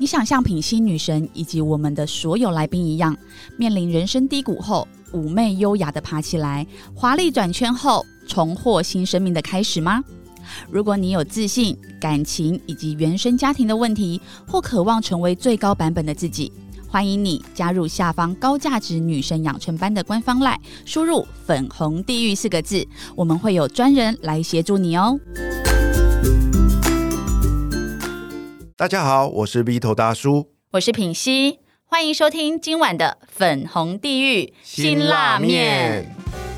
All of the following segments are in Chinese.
你想像品心女神以及我们的所有来宾一样，面临人生低谷后，妩媚优雅的爬起来，华丽转圈后，重获新生命的开始吗？如果你有自信、感情以及原生家庭的问题，或渴望成为最高版本的自己，欢迎你加入下方高价值女神养成班的官方 LINE， 输入粉红地狱4个字，我们会有专人来协助你哦。 大家好，我是 Vito 大叔， 我是品熙，欢迎收听今晚的粉红地狱辛辣面。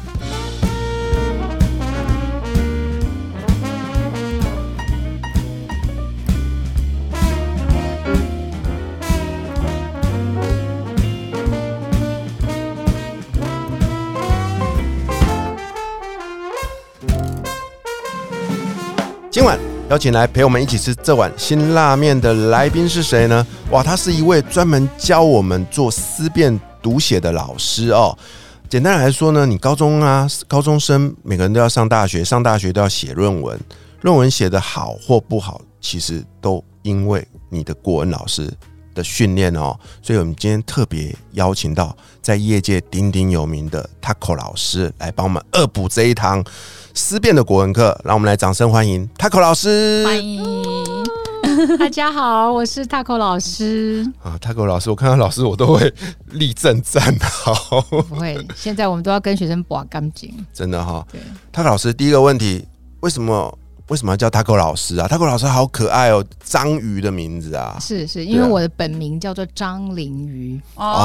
今晚邀请来陪我们一起吃这碗辛辣面的来宾是谁呢？哇，他是一位专门教我们做思辨读写的老师哦。简单来说呢，你高中生每个人都要上大学，上大学都要写论文，论文写得好或不好，其实都因为你的国文老师的训练哦。所以我们今天特别邀请到在业界鼎鼎有名的 Taco 老师来帮我们恶补这一堂思辨的国文课，让我们来掌声欢迎 Taco 老师。 欢迎大家好，我是 Taco 老师。 Taco 老师，我看到老师我都会立正站好。 不会，现在我们都要跟学生把干净。 真的哈。Taco 老师，第一个问题，为什么要叫 Taco 老师啊 ？Taco 老师好可爱哦，章鱼的名字啊。 是，因为我的本名叫做张凌瑜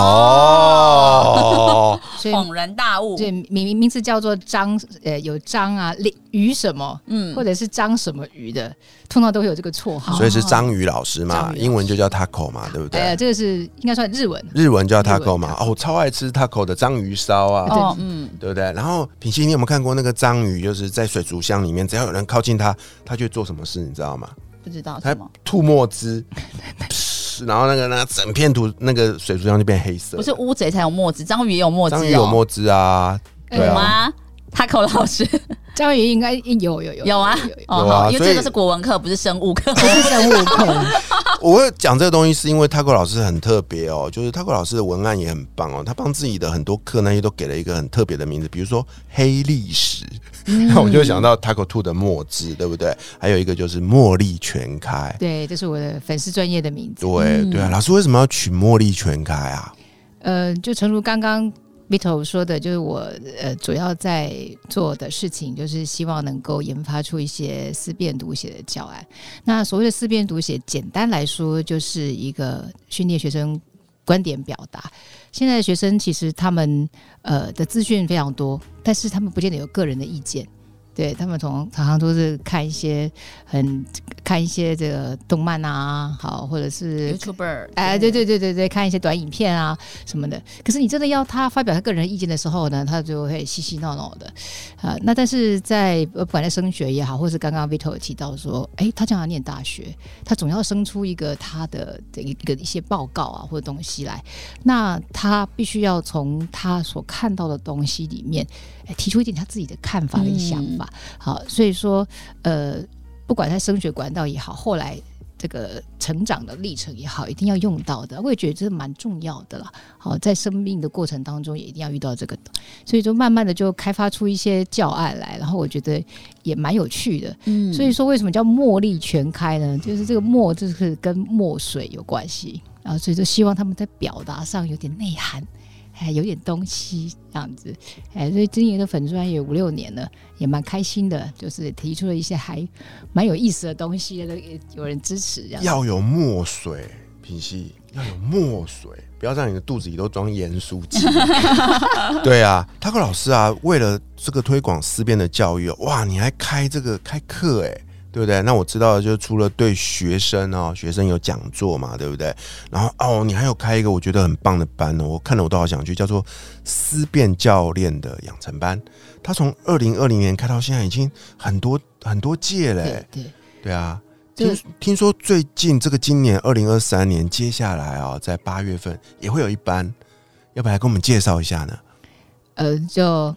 哦， 所以恍然大悟。 对，名字叫做张，有张啊，鱼什么，或者是张什么鱼的，通常都会有这个绰号。 所以是章鱼老师嘛，英文就叫 Taco 嘛，对不对？ 这个是应该算日文叫 Taco 嘛。我超爱吃 Taco 的章鱼烧啊，对不对？然后品熙，你有没有看过那个章鱼，就是在水族箱里面，只要有人靠近它，他就会做什么事，你知道吗？ 不知道他吐墨汁，然后那个整片土那个水族箱就变黑色。 不是乌贼才有墨汁，章鱼也有墨汁哦。 章鱼有墨汁啊，对啊。 有吗？Taco 老师， 章鱼应该有啊，因为这个是国文课，不是生物课， 我会讲这个东西是因为 Taco 老师很特别哦，就是 Taco 老师的文案也很棒哦，他帮自己的很多课那些都给了一个很特别的名字，比如说黑历史，那我就想到 Taco 吐的墨汁，对不对？还有一个就是茉莉全开， 对，这是我的粉丝专业的名字。 对啊，老师为什么要取茉莉全开啊？ 就诚如刚刚Vito 说的，就是我主要在做的事情，就是希望能够研发出一些思辨读写的教案。那所谓的思辨读写，简单来说就是一个训练学生观点表达。现在的学生其实他们的资讯非常多，但是他们不见得有个人的意见。对，他们常常都是看一些这个动漫啊，好，或者是 YouTuber， 对，看一些短影片啊什么的。可是你真的要他发表他个人意见的时候呢，他就会嬉闹闹的那但是在不管在升学也好，或是刚刚 Vito 有提到说，他将来念大学，他总要生出一个他的一些报告啊或者东西来，那他必须要从他所看到的东西里面提出一点他自己的看法跟想法。好，所以说不管在升学管道也好，后来这个成长的历程也好，一定要用到的，我也觉得这是蛮重要的啦。好，在生命的过程当中也一定要遇到这个，所以就慢慢的就开发出一些教案来，然后我觉得也蛮有趣的。所以说为什么叫茉莉全开呢？就是这个墨就是跟墨水有关系，然后所以就希望他们在表达上有点内涵。有点东西这样子，所以今年的粉专也5-6年了，也蛮开心的，就是提出了一些还蛮有意思的东西，有人支持这样。 要有墨水，品熙要有墨水，不要让你的肚子里都装盐酥鸡。对啊，Taco 老师啊，为了这个推广思辨的教育，哇，你还开课对不对？那我知道的就是除了对学生有讲座嘛，对不对？然后你还有开一个我觉得很棒的班我看了我都好想去，叫做思辨教练的养成班。他从2020年开到现在已经很多届了。对啊。听说最近今年2023年，接下来在8月份也会有一班，要不要来跟我们介绍一下呢？ 就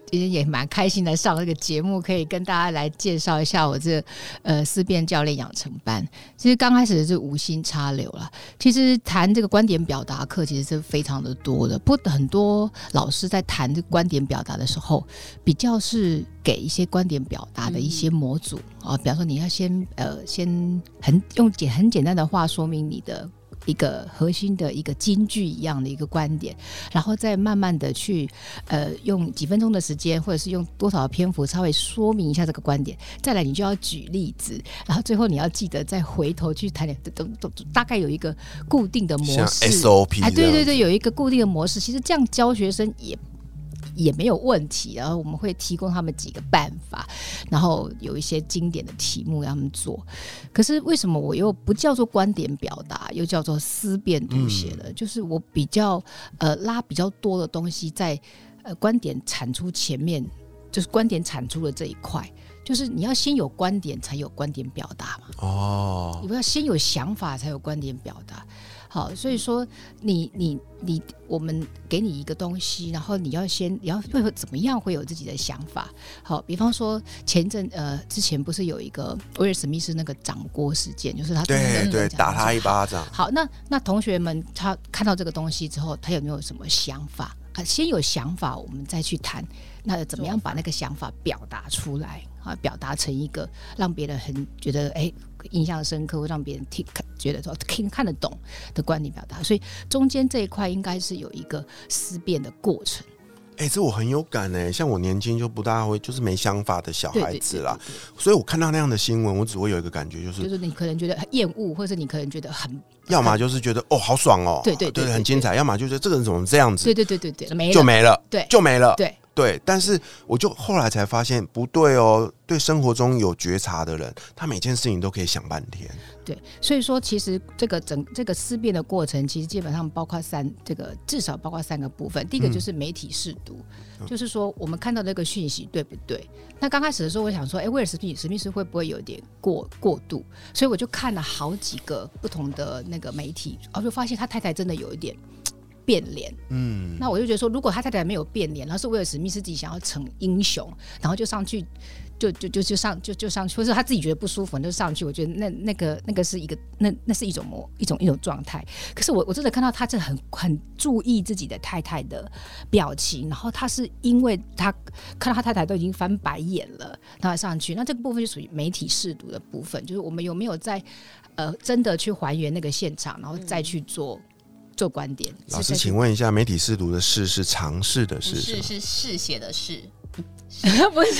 今天也蛮开心的上这个节目，可以跟大家来介绍一下我这思辨教练养成班。其实刚开始是无心插柳啦，其实谈这个观点表达课其实是非常的多的，不很多老师在谈这个观点表达的时候，比较是给一些观点表达的一些模组啊，比方说你要先用很简单的话说明你的一个核心的一个金句一样的一个观点，然后再慢慢的去用几分钟的时间，或者是用多少的篇幅稍微说明一下这个观点，再来你就要举例子，然后最后你要记得再回头去谈，大概有一个固定的模式， 像 SOP 哎，对对对，有一个固定的模式。其实这样教学生也没有问题，然后我们会提供他们几个办法，然后有一些经典的题目让他们做。可是为什么我又不叫做观点表达，又叫做思辨读写呢？就是我比较拉比较多的东西在观点产出前面，就是观点产出的这一块。就是你要先有观点才有观点表达嘛，哦，你不要先有想法才有观点表达。好，所以说我们给你一个东西，然后你要会怎么样会有自己的想法。好，比方说之前不是有一个威尔史密斯那个掌锅事件，就是他对打他一巴掌。 好，那同学们他看到这个东西之后，他有没有什么想法？先有想法，我们再去谈，那怎么样把那个想法表达出来啊？表达成一个让别人很觉得印象深刻，或让别人觉得说看得懂的观点表达。所以中间这一块应该是有一个思辨的过程。 这我很有感像我年轻就不大会，就是没想法的小孩子啦，所以我看到那样的新闻，我只会有一个感觉，就是你可能觉得很厌恶，或者你可能觉得要么就是觉得好爽哦，对，很精彩；要么就觉得这个人怎么这样子， 对，没了就没了， 对， 就没了， 对。 但是我就后来才发现不对哦，对生活中有觉察的人，他每件事情都可以想半天。 对，所以说其实这个思辨的过程，其实基本上包括至少包括3个部分。第一个就是媒体识读，就是说我们看到这个讯息对不对？那刚开始的时候，我想说，威尔史密斯会不会有点过度？所以我就看了好几个不同的那个媒体，我就发现他太太真的有一点变脸，那我就觉得说，如果他太太没有变脸，然后是威尔史密斯自己想要成英雄，然后就上去，就上去，或者他自己觉得不舒服就上去，我觉得那个是一个那是一种状态。可是我真的看到他真的很注意自己的太太的表情，然后他是因为他看到他太太都已经翻白眼了，然后上去，那这个部分就属于媒体识读的部分，就是我们有没有在真的去还原那个现场，然后再去做观点。 老师，请问一下，媒体识读的识是尝试的试， 是嗜血的嗜， 不是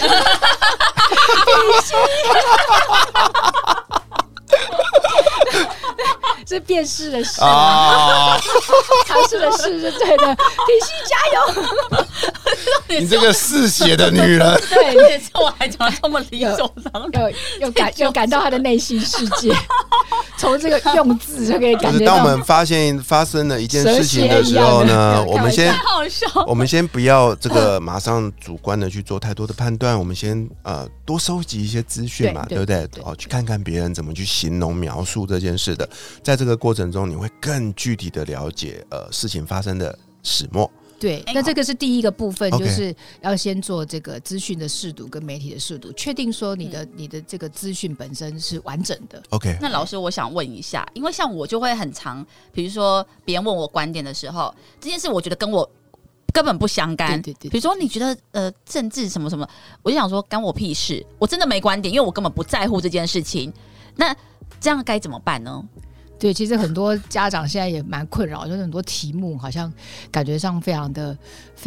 是辨识的识啊，尝试的试是对的。品熙加油！ 你这个嗜血的女人， 对，我还讲这么理所当然， 有感到她的内心世界。从这个用字就可以感觉到， 当我们发生了一件事情的时候呢，我们先不要这个马上主观的去做太多的判断，我们先多收集一些资讯嘛，对不对？去看看别人怎么去形容描述这件事的，在这个过程中，你会更具体的了解事情发生的始末。 对，那这个是第一个部分，就是要先做这个资讯的识读跟媒体的识读，确定说你的这个资讯本身是完整的。 OK， 那老师，我想问一下，因为像我就会很常，比如说别人问我观点的时候，这件事我觉得跟我根本不相干。对，比如说你觉得政治什么什么，我就想说干我屁事，我真的没观点，因为我根本不在乎这件事情。那这样该怎么办呢？ 对，其实很多家长现在也蛮困扰，就是很多题目好像感觉上非常的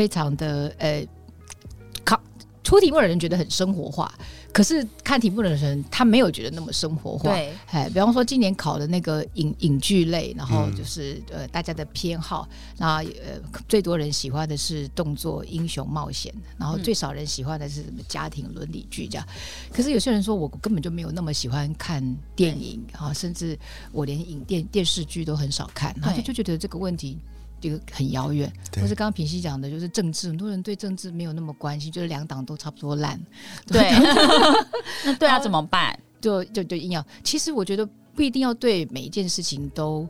出题目的人觉得很生活化，可是看题目的人他没有觉得那么生活化。 对， 比方说今年考的那个影剧类，然后就是大家的偏好，那最多人喜欢的是动作英雄冒险，然后最少人喜欢的是什么家庭伦理剧这样。可是有些人说我根本就没有那么喜欢看电影啊，甚至我连电视剧都很少看，然后就觉得这个问题这个很遥远，或是刚刚品熙讲的，就是政治，很多人对政治没有那么关心，就是两党都差不多烂。 对，那对啊，怎么办？ 就硬要。其实我觉得不一定要对每一件事情都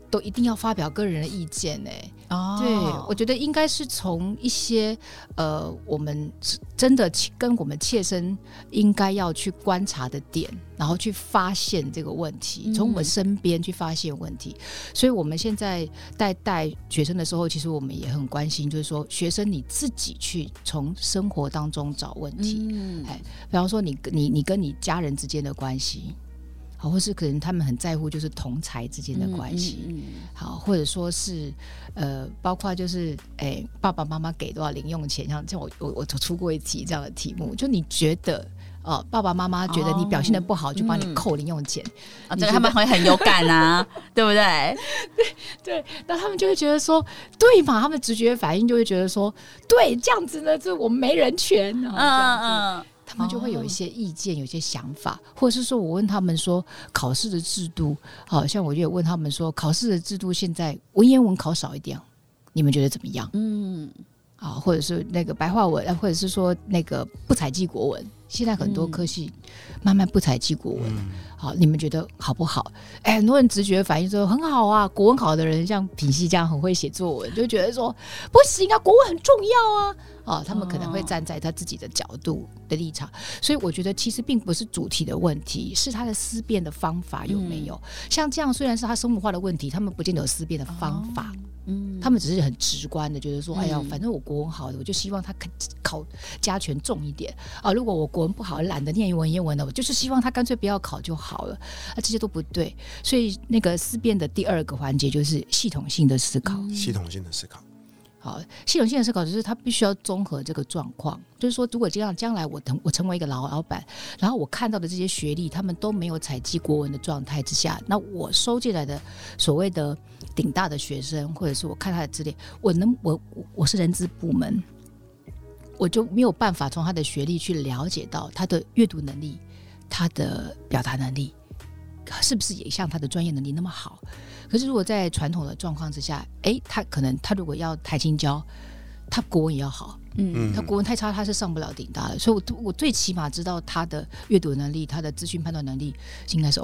都一定要发表个人的意见对，我觉得应该是从一些我们真的跟我们切身应该要去观察的点，然后去发现这个问题，从我们身边去发现问题。所以我们现在带学生的时候，其实我们也很关心，就是说学生你自己去从生活当中找问题。比方说你跟你家人之间的关系。好，或是可能他们很在乎就是同才之间的关系，好，或者说是包括就是爸爸妈妈给多少零用钱，像我出过一题这样的题目，就你觉得爸爸妈妈觉得你表现得不好，就帮你扣零用钱， 这个他们会很有感啊，对不对？ 对，那他们就会觉得说，对嘛，他们直觉反应就会觉得说，对，这样子呢，就我们没人权，他们就会有一些意见，有一些想法，或者是说我问他们说考试的制度，好像我就有问他们说考试的制度现在文言文考少一点，你们觉得怎么样？或者是那个白话文，或者是说那个不采记国文，现在很多科系慢慢不采记国文，好，你们觉得好不好？很多人直觉反应说很好啊，国文考的人像品熙这样很会写作文，就觉得说不行啊，国文很重要啊。他们可能会站在他自己的角度的立场，所以我觉得其实并不是主题的问题，是他的思辨的方法有没有。像这样虽然是他生活化的问题，他们不见得有思辨的方法，他们只是很直观的觉得说，哎呀，反正我国文好的，我就希望他考加权重一点如果我国文不好，懒得念文言文的，我就是希望他干脆不要考就好了。这些都不对，所以那个思辨的第二个环节就是系统性的思考。 系统性的思考。 好，系统性的思考就是他必须要综合这个状况，就是说，如果将来我成为一个老板，然后我看到的这些学历，他们都没有采集国文的状态之下，那我收进来的所谓的顶大的学生，或者是我看他的资料，我是人资部门，我就没有办法从他的学历去了解到他的阅读能力，他的表达能力是不是也像他的专业能力那么好。可是如果在传统的状况之下，他如果要台清交，他国文也要好，他国文太差，他是上不了顶大的。所以我最起码知道他的阅读能力，他的资讯判断能力应该是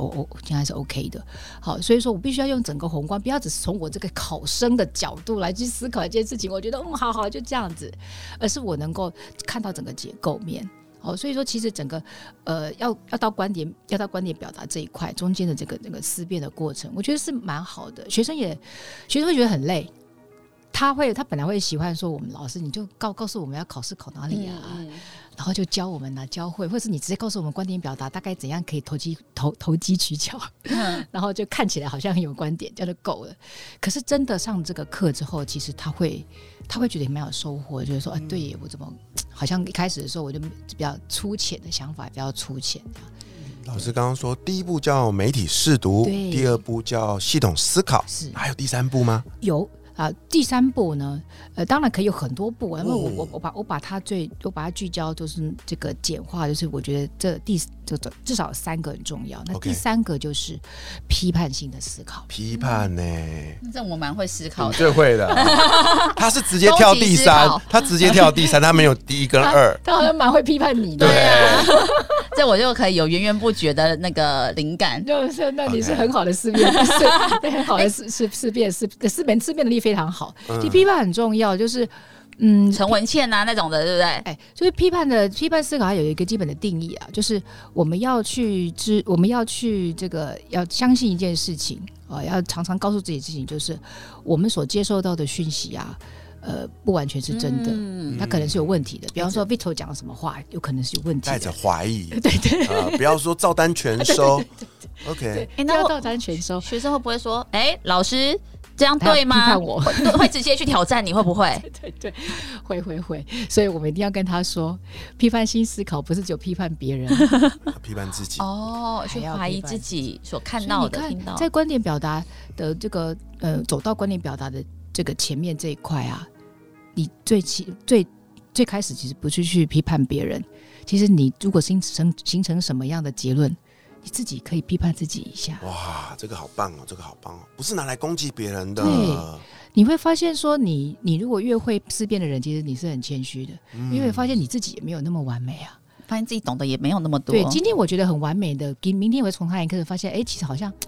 OK 的。好，所以说我必须要用整个宏观，不要只是从我这个考生的角度来去思考一件事情。我觉得好就这样子，而是我能够看到整个结构面。所以说其实整个要到观点表达这一块中间的这个思辨的过程，我觉得是蛮好的。学生会觉得很累，他本来会喜欢说我们老师你就告诉我们要考试考哪里然后就教我们教会，或是你直接告诉我们观点表达大概怎样可以投机取巧然后就看起来好像很有观点，这样就够了。可是真的上这个课之后，其实他会觉得也蛮有收获，就是说对耶，我怎么好像一开始的时候我就比较粗浅的想法，比较粗浅。 老师刚刚说第一步叫媒体识读，第二步叫系统思考，还有第三步吗？有第三步呢，当然可以有很多步，因为我把它聚焦，就是这个简化，就是我觉得至少有3个很重要。那第3个就是批判性的思考。批判呢？ 这我蛮会思考的， 最会的。他是直接跳第3，他没有第1跟2。 他好像蛮会批判你的。 对啊，这我就可以有源源不绝的那个灵感。 就是那你是很好的思辨，很好的思辨能力非常好。批判很重要，就是陈文茜那种的，对不对？ 所以批判思考它有一个基本的定义就是我们要去这个要相信一件事情要常常告诉自己的事情，就是我们所接受到的讯息不完全是真的，它可能是有问题的。比方说 Vito 讲了什么话，有可能是有问题的， 带着怀疑。 对不要说照单全收。OK， 不要照单全收。 学生会不会说，老师这样对吗？ 批判我会直接去挑战你，会不会？ 对，会。所以我们一定要跟他说，批判性思考不是只有批判别人， 批判自己。 去怀疑自己所看到的、听到的。 在观点表达的这个走到观点表达的这个前面这一块你最开始其实不是去批判别人，其实你如果形成什么样的结论，你自己可以批判自己一下。 哇，这个好棒哦，不是拿来攻击别人的。 对，你会发现说你如果越会思辨的人，其实你是很谦虚的，因为发现你自己也没有那么完美发现自己懂得也没有那么多。对，今天我觉得很完美的，明天我会从他一刻发现，其实好像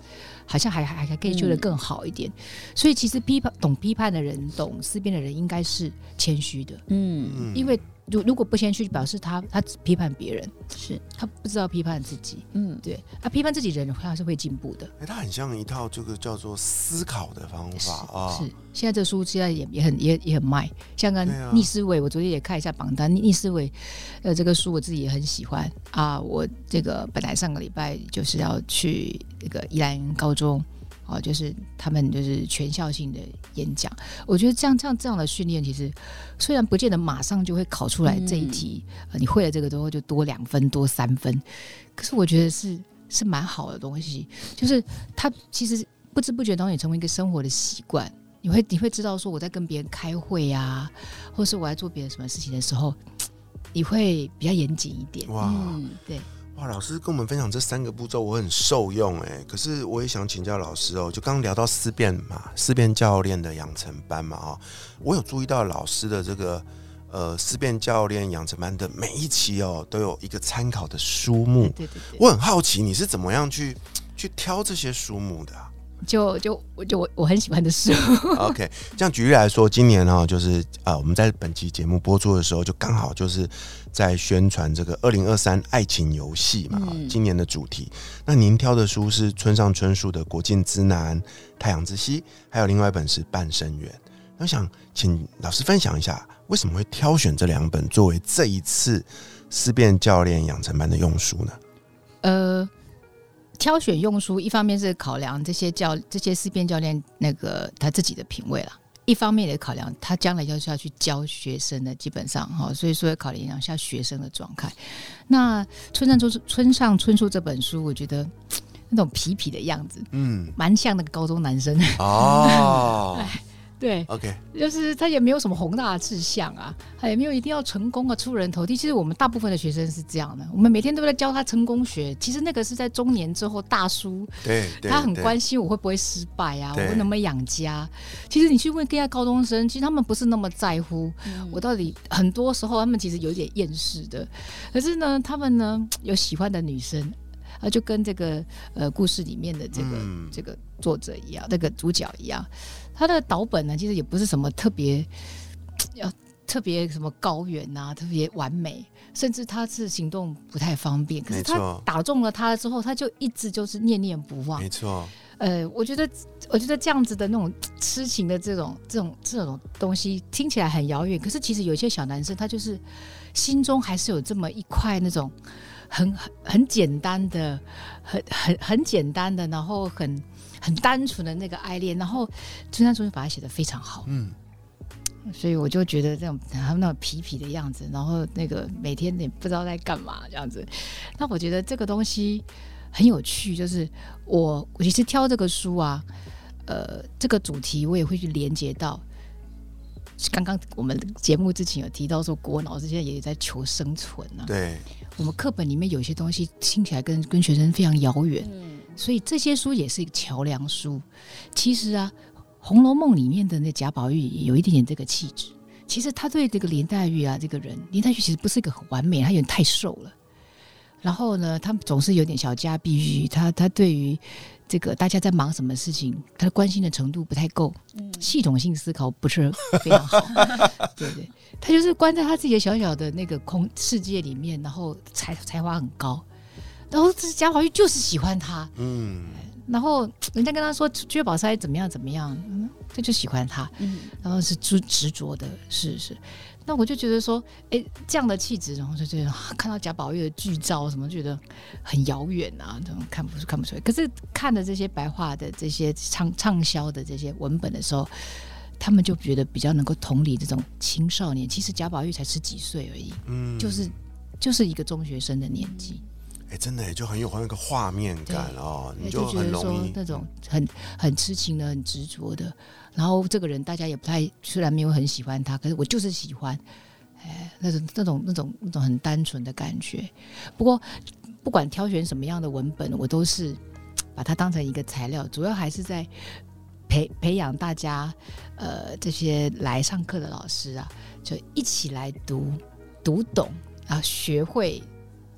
好像还可以做得更好一点。所以其实懂批判的人，懂思辨的人，应该是谦虚的。因为如果不谦虚，表示他只批判别人，是他不知道批判自己。对，他批判自己人他是会进步的。 他很像一套这个叫做思考的方法啊。 是，现在这书现在也很卖，像跟逆思维，我昨天也看一下榜单，逆思维，这个书我自己也很喜欢啊。我这个本来上个礼拜就是要去那个宜兰高中。就是他们就是全校性的演讲，我觉得这样的训练，其实虽然不见得马上就会考出来这一题，你会了这个之后就多2分多3分，可是我觉得是蛮好的东西，就是它其实不知不觉当你成为一个生活的习惯，你会知道说我在跟别人开会啊，或是我在做别的什么事情的时候，你会比较严谨一点。 哇， 对。 哇，老师跟我们分享这3个步骤，我很受用哎。可是我也想请教老师就刚刚聊到思辨嘛，思辨教练的养成班嘛我有注意到老师的这个思辨教练养成班的每一期都有一个参考的书目。对，我很好奇你是怎么样去挑这些书目的啊？ 我很喜欢的书。 OK， 这样举例来说，今年就是我们在本期节目播出的时候，就刚好就是在宣传这个2023爱情游戏嘛，今年的主题。那您挑的书是村上春树的《国境之南》《太阳之西》，还有另外一本是《半生缘》。那我想请老师分享一下，为什么会挑选这2本作为这一次思辨教练养成班的用书呢？ 挑选用书，一方面是考量这些思辨教练那个他自己的品味啦，一方面也考量他将来就是要去教学生的，基本上所以说要考量一下学生的状态。那村上春树这本书，我觉得那种痞痞的样子，蛮像那个高中男生哦。对 ，OK， 就是他也没有什么宏大的志向啊，他也没有一定要成功啊，出人头地。其实我们大部分的学生是这样的，我们每天都在教他成功学。其实那个是在中年之后，大叔他很关心我会不会失败啊，我能不能养家。其实你去问各家高中生，其实他们不是那么在乎我到底。很多时候他们其实有点厌世的，可是呢，他们呢有喜欢的女生。就跟这个故事里面的这个作者一样，这个主角一样，他的导本呢，其实也不是什么特别什么高远啊，特别完美，甚至他是行动不太方便。可是他打中了他之后，他就一直就是念念不忘。 没错。 我觉得这样子的那种痴情的这种东西听起来很遥远，可是其实有些小男生他就是心中还是有这么一块那种。很简单的，很简单的，然后很单纯的那个爱恋，然后村上春树把它写得非常好，所以我就觉得这种他们那种痞痞的样子，然后那个每天也不知道在干嘛这样子，那我觉得这个东西很有趣，就是我其实挑这个书啊，这个主题我也会去连接到。刚刚我们节目之前有提到说，国文老师现在也在求生存啊。 对， 我们课本里面有些东西听起来跟学生非常遥远，所以这些书也是一个桥梁书。其实啊，《红楼梦》里面的那贾宝玉也有一点点这个气质。其实他对这个林黛玉啊，这个人，林黛玉其实不是一个很完美，他有点太瘦了。然后呢，他总是有点小家碧玉，他对于这个大家在忙什么事情，他的关心的程度不太够，系统性思考不是非常好。对，他就是关在他自己的小小的那个空世界里面，然后才华很高，然后这贾宝玉就是喜欢他，然后人家跟他说薛宝钗怎么样怎么样，他就喜欢他，然后是执着的，是。那我就觉得说，这样的气质，然后就觉得看到贾宝玉的剧照什么，觉得很遥远啊，这种看不出来。可是看了这些白话的这些畅销的这些文本的时候，他们就觉得比较能够同理这种青少年。其实贾宝玉才10几岁而已，就是一个中学生的年纪。 真的就很有那个画面感哦，你就很容易那种很痴情的、很执着的。然后这个人大家也不太，虽然没有很喜欢他，可是我就是喜欢，那种很单纯的感觉。不过不管挑选什么样的文本，我都是把它当成一个材料，主要还是在培养大家，这些来上课的老师啊，就一起来读懂啊，学会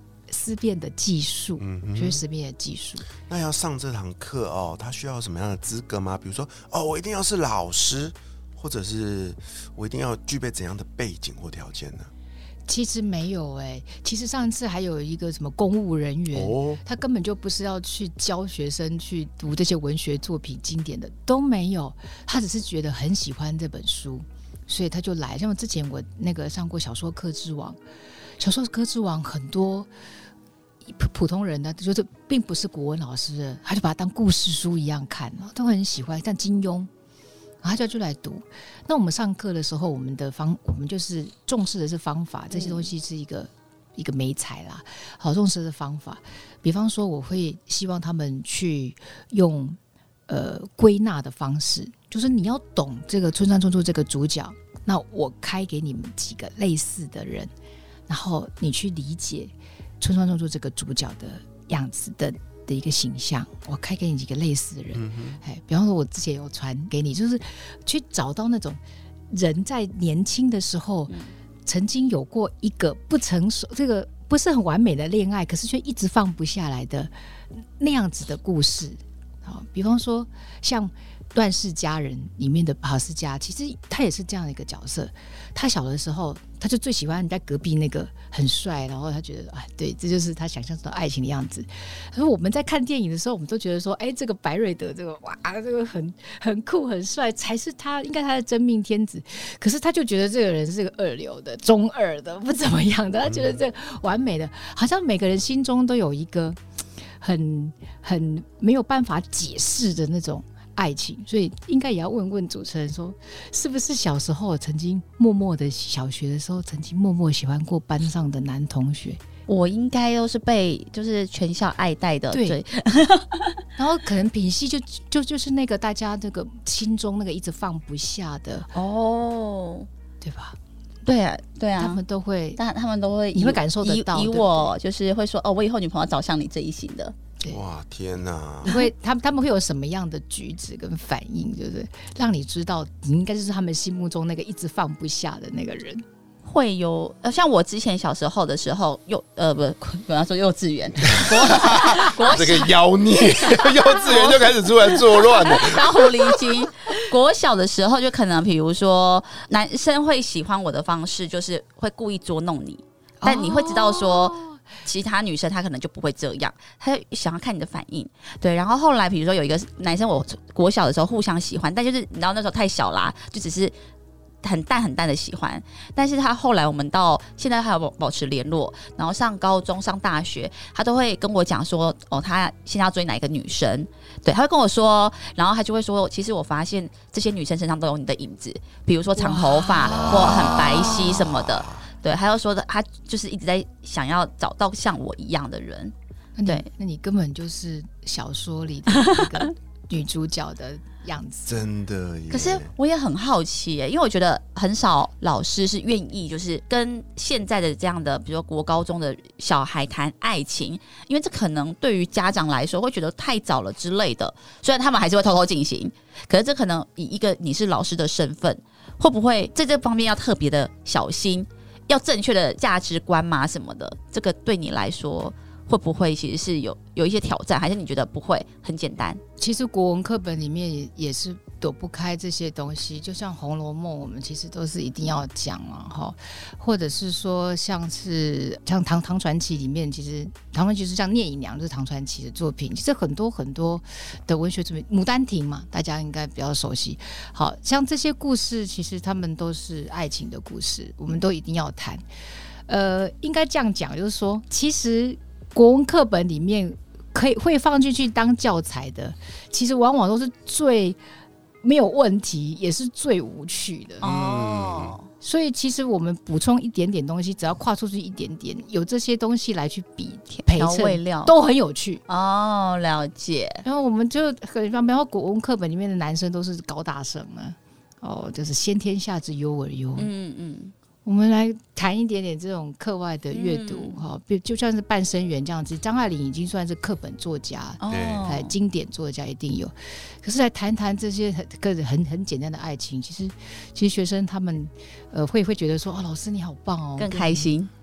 思辨的技术，学会思辨的技术。 那要上这堂课哦，他需要什么样的资格吗？比如说我一定要是老师，或者是我一定要具备怎样的背景或条件呢？ 其实没有其实上次还有一个什么公务人员，他根本就不是要去教学生去读这些文学作品经典的，都没有，他只是觉得很喜欢这本书，所以他就来。像之前我那个上过小说课之王，小说课之王很多普通人呢，就是并不是国文老师的，他就把它当故事书一样看，都很喜欢，像金庸。然后他就来读。那我们上课的时候，我们就是重视的是方法，这些东西是一个媒材啦，好，重视的方法。比方说，我会希望他们去用归纳的方式，就是你要懂这个村上春树这个主角，那我开给你们几个类似的人，然后你去理解村上春树这个主角的样子的一个形象，我开给你几个类似的人，比方说我之前有传给你，就是去找到那种人在年轻的时候，曾经有过一个不成熟，这个不是很完美的恋爱，可是却一直放不下来的那样子的故事。好，比方说像乱世佳人里面的郝思嘉，其实他也是这样的一个角色。他小的时候，他就最喜欢人家隔壁那个很帅，然后他觉得对，这就是他想象中的爱情的样子。而我们在看电影的时候，我们都觉得说，这个白瑞德，这个这个很酷很帅，才是他应该他的真命天子。可是他就觉得这个人是个二流的、中二的、不怎么样的，他觉得这个完美的，好像每个人心中都有一个很没有办法解释的那种爱情，所以应该也要问问主持人说，是不是小时候曾经默默的，小学的时候曾经默默喜欢过班上的男同学？ 我应该都是被就是全校爱戴的，对。 然后可能品系就是那个大家这个心中那个一直放不下的对吧？ 对啊， 他们都会， 他们都会， 你会感受得到， 以我就是会说，我以后女朋友找像你这一型的。 哇，天哪！ 他们会有什么样的举止跟反应，就是让你知道你应该就是他们心目中那个一直放不下的那个人？ 会有像我之前小时候的时候，不要说幼稚园， 这个妖孽，幼稚园就开始出来作乱了， 当狐狸精。国小的时候就可能，比如说男生会喜欢我的方式，就是会故意捉弄你，但你会知道说。其他女生她可能就不会这样，她想要看你的反应，对。然后后来比如说有一个男生，我国小的时候互相喜欢，但就是你知道那时候太小啦，就只是很淡的喜欢。但是他后来我们到现在还有保持联络，然后上高中上大学，他都会跟我讲说，他现在要追哪一个女生，对，他会跟我说，然后他就会说，其实我发现这些女生身上都有你的影子，比如说长头发或很白皙什么的。对，他又说的，他就是一直在想要找到像我一样的人。对， 那你根本就是小说里的那个女主角的样子， 真的耶。 可是我也很好奇耶，因为我觉得很少老师是愿意就是跟现在的这样的，比如说国高中的小孩谈爱情，因为这可能对于家长来说会觉得太早了之类的。虽然他们还是会偷偷进行，可是这可能以一个你是老师的身份，会不会在这方面要特别的小心？要正确的价值观嘛什么的，这个对你来说会不会其实是有一些挑战，还是你觉得不会很简单？ 其实国文课本里面也是躲不开这些东西，就像《红楼梦》，我们其实都是一定要讲嘛，或者是说像唐传奇里面，其实唐传奇是像聂隐娘，就是唐传奇的作品，其实很多很多的文学作品，《牡丹亭》嘛，大家应该比较熟悉。好像这些故事，其实他们都是爱情的故事，我们都一定要谈。应该这样讲，就是说，其实国文课本里面会放进去当教材的，其实往往都是最没有问题，也是最无趣的。所以其实我们补充一点点东西，只要跨出去一点点，有这些东西来去比陪衬， 味料都很有趣。 了解。然后我们就比方说国文课本里面的男生都是高大上啊，就是先天下之忧而忧。我们来谈一点点这种课外的阅读，就像是半生缘这样子。张爱玲已经算是课本作家，经典作家一定有。可是来谈谈这些很简单的爱情，其实学生他们会觉得说，老师你好棒哦， 更开心。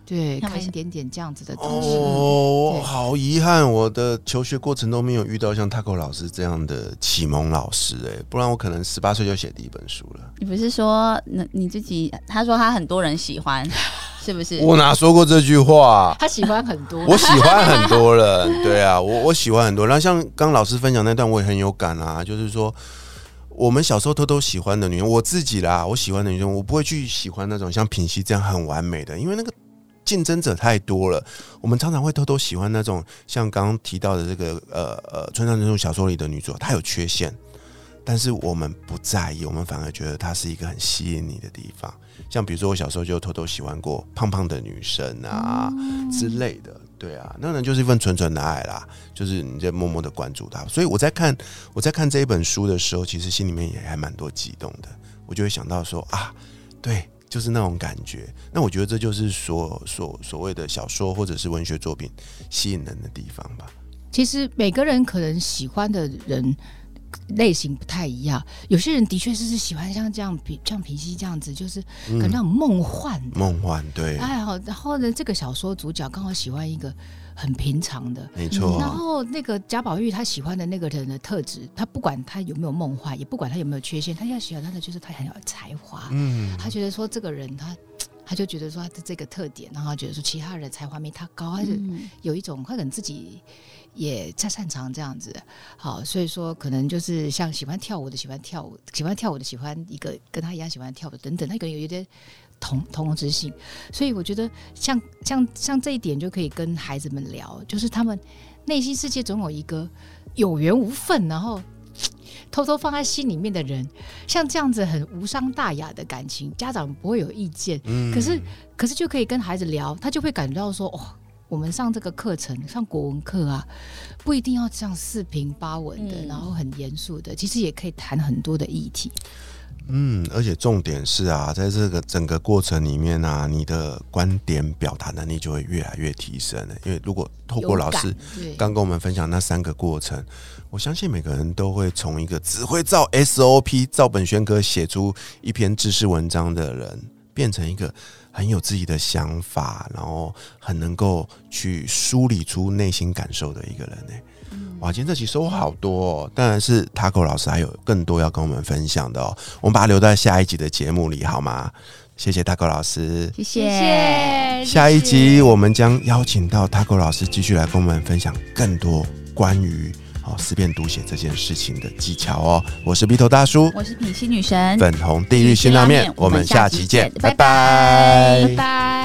对，看一点点这样子的东西。 哦，好遗憾，我的求学过程都没有遇到像 Taco 老师这样的启蒙老师，不然我可能18岁就写第一本书了。 你不是说你自己？他说他很多人喜欢，是不是？ 我哪说过这句话？ 他喜欢很多， 我喜欢很多人，对啊，我喜欢很多。然后像刚老师分享那段，我也很有感啊，就是说。我们小时候偷偷喜欢的女生，我自己啦，我喜欢的女生，我不会去喜欢那种像品熙这样很完美的，因为那个竞争者太多了。我们常常会偷偷喜欢那种像刚刚提到的这个村上春树小说里的女主，她有缺陷，但是我们不在意，我们反而觉得她是一个很吸引你的地方。像比如说我小时候就偷偷喜欢过胖胖的女生啊之类的。对啊，那就是一份纯纯的爱啦，就是你在默默的关注他。所以我在看这一本书的时候，其实心里面也还蛮多激动的。我就会想到说啊，对，就是那种感觉。那我觉得这就是所谓的小说或者是文学作品吸引人的地方吧。 其实每个人可能喜欢的人类型不太一样，有些人的确是喜欢像品熙这样子，就是感觉很梦幻的。 梦幻，对。 然后呢，这个小说主角刚好喜欢一个很平常的， 没错。 然后那个贾宝玉他喜欢的那个人的特质，他不管他有没有梦幻，也不管他有没有缺陷，他要喜欢他的就是他很有才华。他觉得说这个人他就觉得说他的这个特点，然后他觉得说其他人才华没他高，他就有一种他可能自己也太擅长这样子。好，所以说可能就是像喜欢跳舞的喜欢跳舞，喜欢跳舞的喜欢一个跟他一样喜欢跳舞等等，他可能有一点同质性。所以我觉得像这一点就可以跟孩子们聊，就是他们内心世界总有一个有缘无分，然后偷偷放在心里面的人，像这样子很无伤大雅的感情，家长不会有意见。可是就可以跟孩子聊，他就会感觉到说，我们上这个课程，上国文课啊，不一定要这样四平八稳的，然后很严肃的，其实也可以谈很多的议题。 而且重点是啊，在这个整个过程里面啊，你的观点表达能力就会越来越提升了。因为如果透过老师刚跟我们分享那3个过程，我相信每个人都会从一个只会照 SOP 照本宣科写出一篇知识文章的人，变成一个很有自己的想法，然后很能够去梳理出内心感受的一个人。哇，今天这期收获好多当然是 Taco 老师还有更多要跟我们分享的我们把它留在下一集的节目里好吗？谢谢 Taco 老师， 谢谢。 下一集我们将邀请到 Taco 老师继续来跟我们分享更多关于思辨读写这件事情的技巧我是鼻头大叔， 我是品熙女神， 粉红地狱辛拉面，我们下期见，拜拜。